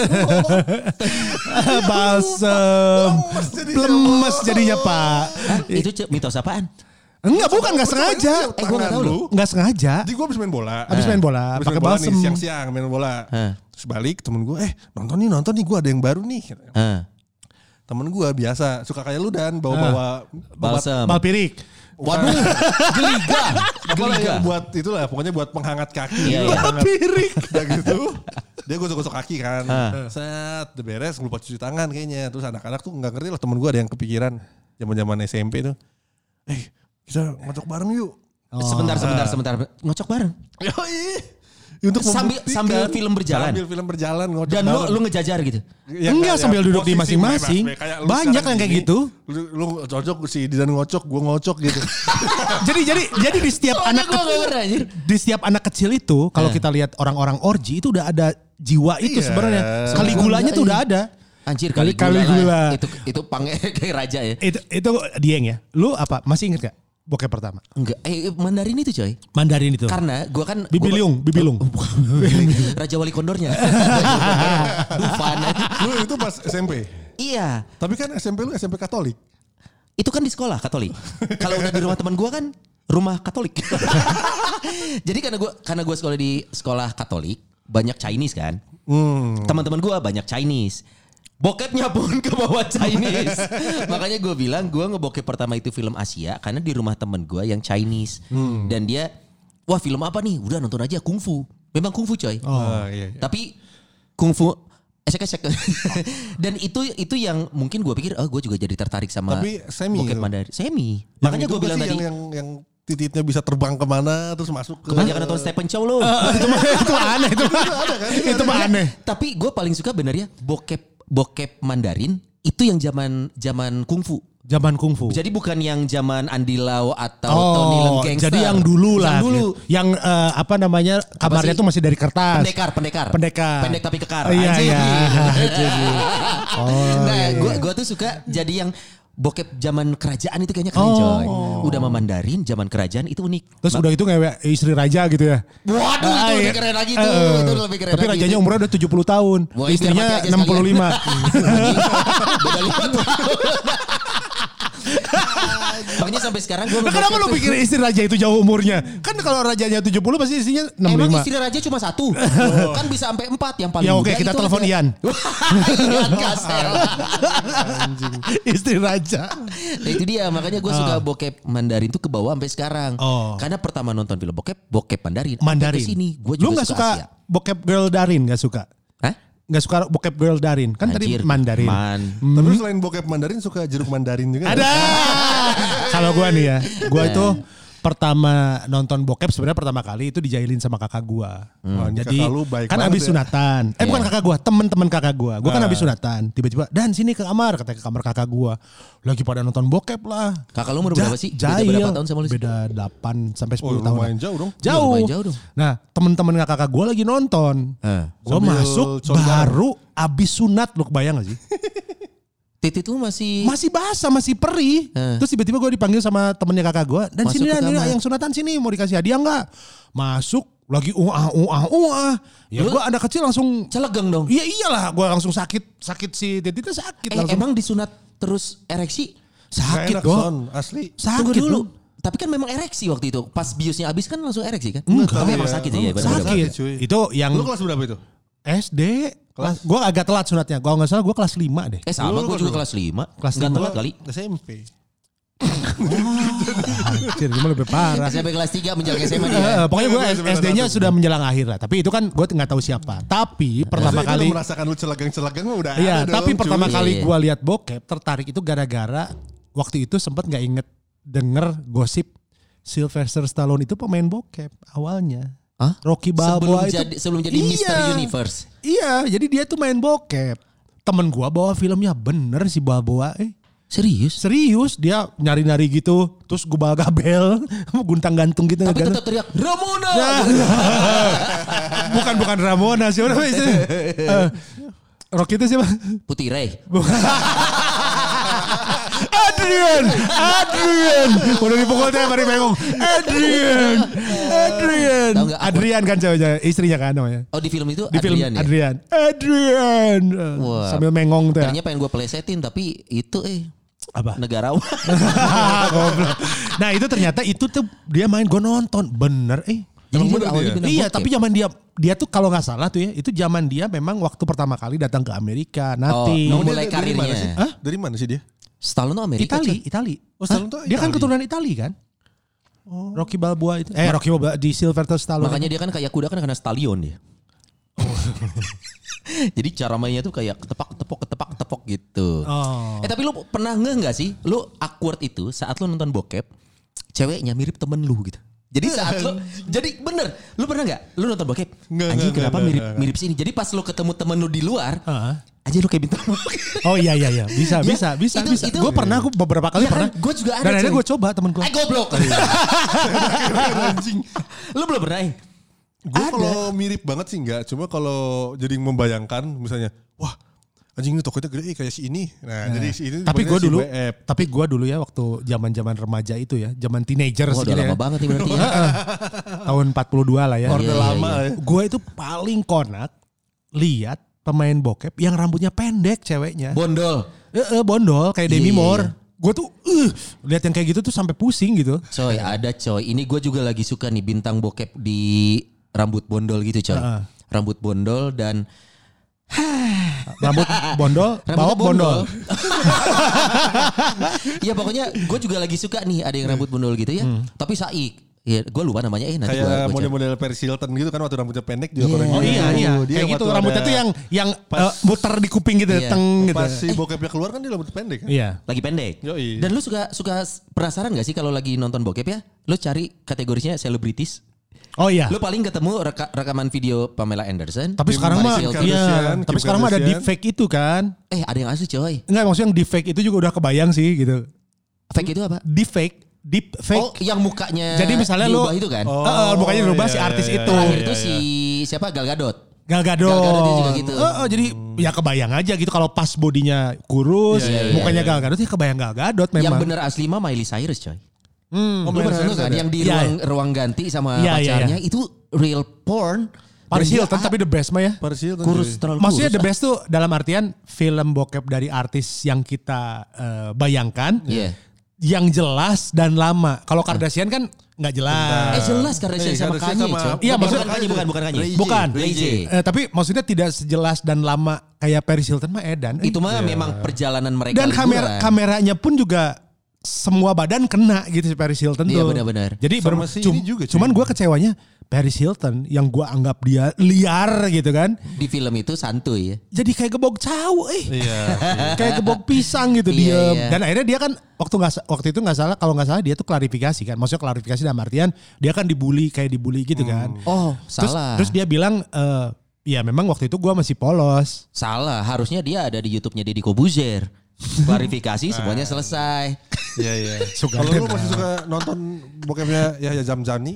Balsem. Lemes jadinya pak. Hah? Itu c- mitos apaan? Enggak bukan nggak sengaja. Eh, gua nggak tahu loh. Nggak sengaja. Jadi gue habis main bola. Habis main bola Habis pakai main bola nih, balsem. siang-siang main bola. Hah. Terus balik temen gue, eh nonton nih nonton nih gue ada yang baru nih. Ah. Temen gue biasa suka kayak lu dan bawa-bawa Balsam. Balpirik. Waduh, geliga. Apa lah Geliga. yang buat itulah pokoknya buat penghangat kaki. Iya, iya. Balpirik. Udah gitu. Dia gosok-gosok kaki kan. Ah. Set, udah beres lupa cuci tangan kayaknya. Terus anak-anak tuh nggak ngerti lah temen gue ada yang kepikiran zaman-zaman S M P tuh. Eh, kita ngocok bareng yuk. Sebentar, sebentar, sebentar. Ngocok bareng. Yoi. Untuk Sambil- membuktikan. sambil film berjalan? Sambil film berjalan ngocok Dan lu bareng. lu ngejajar gitu. Ya, Enggak, kayak sambil duduk di posisi masing-masing. bebas, kayak lu Banyak sekarang yang kayak gini, gitu. Lu, lu cocok si Didan ngocok, gue ngocok gitu. jadi jadi jadi di setiap anak gua nggak pernah, anjir. di setiap anak kecil itu kalau Eh. kita lihat orang-orang orgi itu udah ada jiwa itu Iya. sebenarnya. Kaligulanya tuh udah ada. Anjir Kali- kali Caligula. Itu itu pange kayak raja ya. Itu itu Dieng ya. Lu apa masih inget gak bokep pertama? Enggak, eh Mandarin itu coy. Mandarin itu. Karena gua kan Bibiliung, gua- Bibilung. Raja Wali Kondornya. Dufan. Lu itu pas S M P. Iya, Tapi kan S M P lu S M P Katolik. itu kan di sekolah Katolik. Kalau udah di rumah teman gua kan rumah Katolik. Jadi karena gua karena gua sekolah di sekolah Katolik, banyak Chinese kan. Hmm. Teman-teman gua banyak Chinese. Bokepnya pun ke bawah Chinese. Makanya gue bilang gue ngebokep pertama itu film Asia karena di rumah temen gue yang Chinese. Dan dia, wah film apa nih? Udah nonton aja kungfu. Memang kungfu coy. Oh, iya, iya. Tapi kungfu esek-esek. Dan itu itu yang mungkin gue pikir, oh gue juga jadi tertarik sama Tapi semi bokep itu. Mandarin. Semi. Yang Makanya itu gue bilang pasti tadi, yang, yang, yang tititnya bisa terbang kemana terus masuk ke. kebanyakan nonton Stephen Chow lo. itu mah itu mah aneh itu. Itu mah aneh. Tapi gue paling suka bener ya bokep bokep Mandarin itu yang zaman zaman kungfu. Zaman kungfu. Jadi bukan yang zaman Andy Lau atau Tony Leung Oh, Gangster. jadi yang dulu lah. Yang dulu. Yang eh, apa namanya kamarnya sih? tuh masih dari kertas. Pendekar, pendekar. Pendekar. Pendek tapi kekar. Oh, iya, Anjing. iya. Jadi. Oh, nah, iya, iya. gua gua tuh suka jadi yang bokep zaman kerajaan itu kayaknya keren Oh. coy. Udah sama Mandarin zaman kerajaan itu unik. Terus udah itu ngewe istri raja gitu ya. Waduh, Ah, itu iya. lebih keren lagi tuh. Eh, Itu lebih keren Tapi lagi. rajanya umurnya udah tujuh puluh tahun. Wah, biar mati Istrinya aja enam puluh lima. Anjing. Beda lima tahun. Makanya sampai sekarang gue Nah, kenapa lu pikir istri raja itu jauh umurnya? Kan kalau rajanya tujuh puluh pasti istrinya enam puluh Emang lima. istri raja cuma satu. Kan bisa sampai empat yang paling Ya oke, muda kita itu telepon ada. Ian. Ian Kastel. Istri raja. Nah itu dia makanya gue suka bokep Mandarin tuh ke bawah sampai sekarang. Oh. Karena pertama nonton film bokep, bokep Mandarin. Sampai Mandarin. ke sini gue Lu juga gak suka, suka Asia. bokep girl Darin? Gak suka? Hah? Gak suka bokep girl Darin? Kan Anjir, tadi Mandarin. Man. Tapi lu selain bokep Mandarin suka jeruk Mandarin juga. Ada. Kalau gua nih ya, gua Nah. itu pertama nonton bokep sebenarnya pertama kali itu dijailin sama kakak gua. Wah, ini Jadi kakak lu baik kan banget abis ya. sunatan. Eh Iya. bukan kakak gua, temen-temen kakak gua. Gua kan Ah. abis sunatan. Tiba-tiba, "Dan sini ke kamar," katanya ke kamar kakak gua. Lagi pada nonton bokep lah. Kakak lu umur Ja- berapa sih? Beda Jahil. berapa tahun sama lu sih? Beda delapan sampai Oh, sepuluh tahun. lumayan jauh dong. Iya, Jauh. lumayan jauh dong. Nah, temen-temen kakak gua lagi nonton. Eh. Gua Sambil masuk condang. baru abis sunat, lu kebayang gak sih? Titit tuh masih Masih basah, masih perih. Eh. Terus tiba-tiba gue dipanggil sama temennya kakak gue. Dan Masuk sini ke Dan, kamar. yang sunatan sini mau dikasih hadiah nggak? Masuk, lagi uah uah uah. Ya gue anak kecil langsung Celegeng dong. Iya iyalah, gue langsung sakit sakit si titiknya sakit. Eh, langsung. emang disunat terus ereksi? Sakit Gak enak, kok. Son. Asli. Sakit Tunggu dulu. Bro. Tapi kan memang ereksi waktu itu. Pas biusnya habis kan langsung ereksi kan? Enggak. Tapi emang sakit ya. benar-benar. Sakit. Sakit, cuy. Itu yang Lu kelas berapa itu? S D. Kelas. Gue agak telat sunatnya. Kalau nggak salah gue kelas lima deh. Eh sama Lu gue juga kelas kelas lima. Kelas Nggak lima. telat kali. S M P. Anjir, ini mah lebih parah. S M P kelas tiga menjelang S M A Eh, dia. pokoknya gue Iya, gue S D-nya satu. sudah menjelang akhir lah. Tapi itu kan gue nggak tahu siapa. Tapi pertama Maksudnya kali, lu merasakan lu celegang-celegang mah udah iya. ada Tapi dong, pertama cuy. kali Iya, iya. gue lihat bokep tertarik itu gara-gara waktu itu sempet nggak inget denger gosip Sylvester Stallone itu pemain bokep awalnya. Hah? Rocky Sebelum Balboa itu jadi sebelum jadi Iya. Mister Universe. Iya, jadi dia tuh main bokep. Temen gue bawa filmnya bener si Balboa. Eh, Serius? serius dia nyari-nyari gitu. Terus gue bawa gabel, guntang gantung gitu. Tapi ngegantung. tetap teriak Ramona. bukan bukan Ramona siapa namanya itu? Eh, Rocky itu siapa? Putih Ray. Adrian, Adrian, udah dipukul tiap hari bengong. Adrian, Adrian, Tahu nggak aku- Adrian kan ceweknya, istrinya kan namanya. Oh di film itu Di film Adrian ya? Adrian, Adrian, Eh, Wah. sambil mengong tuh ya. Tadinya pengen gue plesetin tapi itu eh Apa? negarawan. Goblok. Nah itu ternyata itu tuh dia main gue nonton bener eh. Jadi Emang dia bener awalnya dia? bintang Iya, bokep. tapi zaman dia dia tuh kalau nggak salah tuh ya, itu zaman dia memang waktu pertama kali datang ke Amerika, nanti Oh, Dia mulai dari mana karirnya. sih? Hah? Dari mana sih dia? Stallone tuh Amerika. Itali, coy. Itali. Oh, Stallone tuh Dia kan Itali. keturunan Itali kan? Rocky Balboa itu. Eh, Rocky Balboa di Sylvester Stallone. Makanya dia kan kayak kuda kan karena stallion dia. Jadi cara mainnya tuh kayak ketepak ketepok ketepak ketepok gitu. Oh. Eh tapi lu pernah nggak nggak sih? Lu awkward itu saat lu nonton bokep, ceweknya mirip temen lu gitu. Jadi saat lu, jadi bener, lu pernah nggak? Lu nonton bokep, Nggak, anjing nggak, kenapa nggak, mirip nggak. mirip sini? Jadi pas lu ketemu temen lu di luar, Heeh. aja lu kayak bintang bokep. Oh iya iya iya, bisa Ya, bisa bisa itu- bisa. itu- Gue pernah, gue beberapa kali Ya kan, pernah. gua juga ada, Dan akhirnya coy. gue coba temen gue. Eh goblok. Anjing. Lu belum pernah? eh? Gue kalau mirip banget sih enggak. Cuma kalau jadi membayangkan misalnya, wah anjing ini tokonya gede eh, kayak si ini. Nah, jadi si ini Tapi gue temennya si dulu, B F. tapi gue dulu ya waktu zaman-zaman remaja itu ya, zaman teenager Oh, udah gitu lama ya. banget nih berarti ya. Tahun empat puluh dua lah ya. Orde Iya, iya, lama iya. ya. Gue itu paling konak lihat pemain bokep yang rambutnya pendek ceweknya. Bondol. Eh, eh, bondol kayak Demi Iya, iya, Moore. iya. Gue tuh uh, lihat yang kayak gitu tuh sampai pusing gitu. Coy, ada coy. Ini gue juga lagi suka nih bintang bokep di rambut bondol gitu coy. Heeh. Rambut bondol dan Rambut bondol, Rambutnya bawak bondol. Iya pokoknya gue juga lagi suka nih ada yang rambut bondol gitu ya. Tapi saik. Ya, gue lupa namanya eh nanti gue Kayak model-model Paris Hilton gitu kan waktu rambutnya pendek juga. Iya. kalau Oh dia- iya iya, Dia kayak yang gitu waktu rambutnya ada- tuh yang yang pas- eh, muter di kuping gitu, Iya. teng gitu. Pas si bokepnya keluar kan dia rambut pendek kan? Iya. lagi pendek. Yoi. Dan lu suka suka penasaran gak sih kalau lagi nonton bokep ya? Lu cari kategorinya selebritis. Oh iya. Lu paling ketemu reka- rekaman video Pamela Anderson. Tapi Kim sekarang mah Kardashian. iya, Kardashian, tapi Kim sekarang mah ada Kardashian. deepfake itu kan. Eh ada yang asli coy. Enggak, maksudnya yang deepfake itu juga udah kebayang sih gitu. Fake itu apa? Deepfake, deepfake. Oh yang mukanya Jadi misalnya lu diubah itu kan. Oh, Heeh, mukanya dirubah si iya, artis iya, itu. Terakhir iya, itu iya. si siapa Gal Gadot. Gal Gadot. Gal Gadot dia juga gitu. Heeh, jadi ya kebayang aja gitu kalau pas bodinya kurus, Iya, iya, mukanya iya. Gal Gadot ya kebayang Gal Gadot Yang memang. bener asli mah Miley Cyrus coy. Hmm. Lu Miley pernah Cyrus nonton kan ada? yang di Iya, ruang ruang ganti sama Iya, iya, pacarnya itu real porn. Paris Dan dia Hilton ah, tapi the best mah ya. Paris Hilton. kurus cuy. terlalu Maksudnya kurus. the best tuh dalam artian film bokep dari artis yang kita eh, bayangkan. Iya. Yang jelas dan lama. Kalau Kardashian kan nggak jelas. Eh jelas karena Eh, sama Kardashian Kanye sama- coy. Iya, Eh, maksudnya- bukan Kanye, bukan bukan Kanye. Ray J. Bukan. Ray J. Eh, tapi maksudnya tidak sejelas dan lama kayak Paris Hilton mah edan. Eh. Itu mah memang perjalanan mereka Dan kamera liburan. kameranya pun juga semua badan kena gitu si Paris Hilton Iya, tuh. benar-benar. Jadi Sama ber- si cum- ini juga, cuy. cuman gue kecewanya Paris Hilton yang gue anggap dia liar gitu kan. Di film itu santuy ya. Jadi kayak gebog cawu eh. Iya. Kayak gebog pisang gitu Iya, dia. iya. Dan akhirnya dia kan waktu nggak sa- waktu itu nggak salah kalau nggak salah dia tuh klarifikasi kan. Maksudnya klarifikasi dalam artian dia kan dibully kayak dibully gitu kan. Oh, Terus, salah. terus dia bilang eh ya memang waktu itu gue masih polos. Salah, harusnya dia ada di YouTube-nya Deddy Kobuzer. Klarifikasi semuanya selesai. Iya iya. Suka Kalau lu deh. masih suka nonton bokepnya Yahya Zamzani?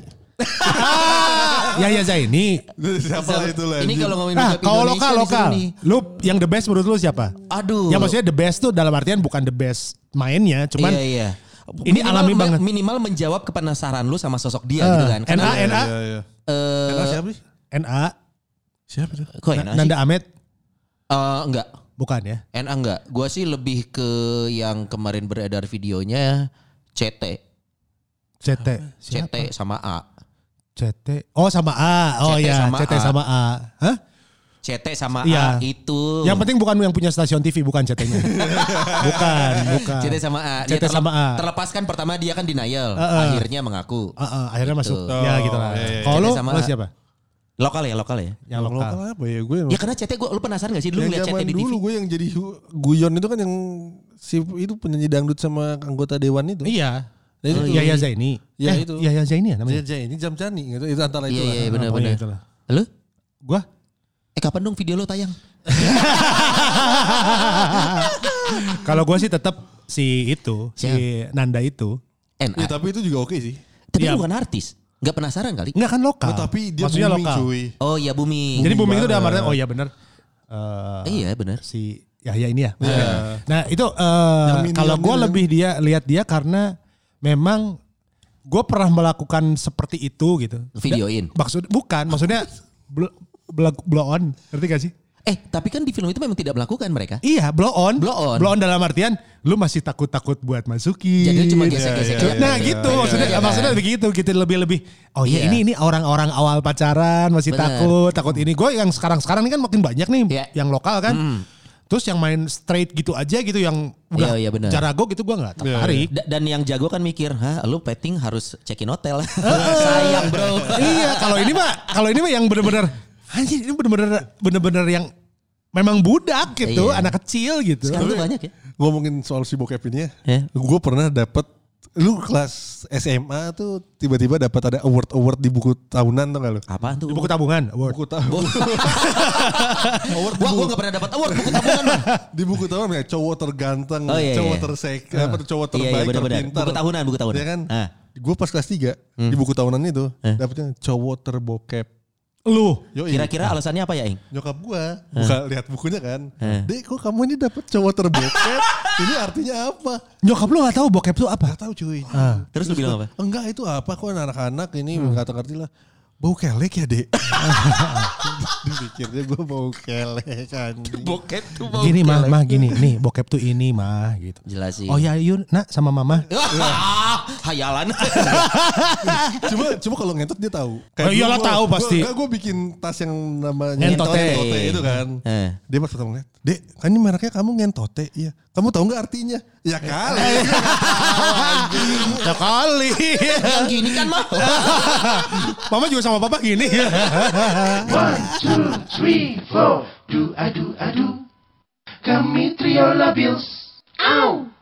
Ya ya Zaini. Siapa lah itu lah? Ini anjing. kalau ngomongin Nah, bokep kalau Indonesia lokal disuruh lokal, nih. lu yang the best menurut lu siapa? Aduh. Ya maksudnya the best tuh dalam artian bukan the best mainnya, cuman Iya iya. Ini alami banget. Minimal menjawab kepenasaran lu sama sosok dia Uh, gitu kan. N A, N A. Iya, iya. Eh, N A siapa sih? N A. Siapa itu? Kok N A sih? Nanda Ahmed. Eh, enggak. Bukan ya? N A enggak. Gua sih lebih ke yang kemarin beredar videonya C T. C T. C T sama A. C T. Oh sama A. Oh C T ya, sama C T A. sama A. Hah? C T sama Iya. A itu. Yang penting bukan yang punya stasiun T V, bukan C T-nya. bukan, bukan. C T sama A. C T Dia sama A. Terlepaskan pertama dia kan denial. Uh, uh. Akhirnya mengaku. Uh, uh, akhirnya Gitu. masuk. Ya gitu lah. Oh, iya, iya. Kalau C T lu, sama lu A. siapa? Lokal ya, lokal ya. Yang lokal. Lokal apa ya? Gue Ya karena C T gue, lu penasaran gak sih dulu yang ngeliat C T zaman di T V? dulu gue yang jadi hu- guyon itu kan yang si itu penyanyi dangdut sama anggota dewan itu. Iya. Nah, itu Oh, tuh. Yahya Zaini. Ya, eh, itu. Yahya Zaini ya namanya? Jaya ini jam jani gitu. Itu antara itu Iya, lah. iya, benar. Oh, iya, itulah. Lu? Gua? Eh kapan dong video lo tayang? Kalau gua sih tetap si itu, si Nanda itu. N A. Ya, tapi itu juga oke sih. Tapi Iya. lu bukan artis. Gak penasaran kali? Enggak kan lokal. Oh, tapi dia Maksudnya booming lokal. cuy. Oh iya booming. Jadi booming itu udah banget. artinya oh iya benar. Eh, Iya benar. Si Yahya ini ya. Iya. Nah itu eh, Yang mini- kalau yang gue mini- lebih dia lihat dia karena memang gue pernah melakukan seperti itu gitu. Videoin. Da- maksud bukan maksudnya blow, blow, blow on, ngerti gak sih? Eh tapi kan di film itu memang tidak melakukan mereka. Iya blow on. Blow on. Blow on dalam artian lu masih takut-takut buat masukin. Jadi cuma gesek-gesek. Iya, iya, Nah iya, gitu iya, maksudnya iya, maksudnya iya. begitu gitu lebih-lebih. Oh iya Iya. ini ini orang-orang awal pacaran masih Bener. takut takut ini. Gue yang sekarang-sekarang ini kan makin banyak nih Iya. yang lokal kan. Terus yang main straight gitu aja gitu yang udah Iya, iya, bener. jarago gitu gue nggak tertarik. Da- Dan yang jago kan mikir, hah lu petting harus check-in hotel. Sayang bro. Iya kalau ini mah kalau ini mah yang bener-bener anjir ini bener-bener bener-bener yang memang budak gitu, Iya. anak kecil gitu. Sekarang tuh banyak ya. Ngomongin soal si bokep ini ya. Ya. Gue pernah dapat lu kelas S M A tuh tiba-tiba dapat ada award-award di buku tahunan tuh gak lu? Apaan tuh? Di buku tabungan, award. Buku tahunan. award di Wah buku, gue gak pernah dapat award buku tabungan. Bang. di buku tahunan kayak cowok terganteng, Oh, iya, cowok iya. tersek, apa tuh, cowok Iya, terbaik, iya, benar-benar. terpintar. Buku tahunan, buku tahunan. Ya kan? Ah. Gue pas kelas tiga di buku tahunan itu dapetnya cowok terbokep. Lu. Yoi. Kira-kira alasannya apa ya Ing? Nyokap gua buka lihat bukunya kan. Eh. Dek kok kamu ini dapet cowok terbokep? Ini artinya apa? Nyokap lu gak tahu bokep tuh apa? Gak tahu cuy. Terus lu bilang apa? Enggak itu apa kok anak-anak ini nggak ngerti lah. Bau kelek ya dek. Dipikirnya gue bau kelek kan. Bokep tuh Gini mah, mah gini, nih bokep tuh ini mah gitu. Jelasin. Oh ya yuk nak sama mama. Hayalan. Cuma cuma kalau ngentot dia tahu. Oh, iyalah gua- tahu gua- pasti. Enggak gue bikin tas yang namanya Ngentote. ngentote itu kan. Eh. Dia pas pertama ngeliat, dek kan ini mereknya kamu ngentote. Iya. Kamu tahu nggak artinya? Ya kali. Ya kali. Yang gini kan mah. Mama juga sama papa gini. One, two, three, four. Do adu adu. Kami trio labios. Ow!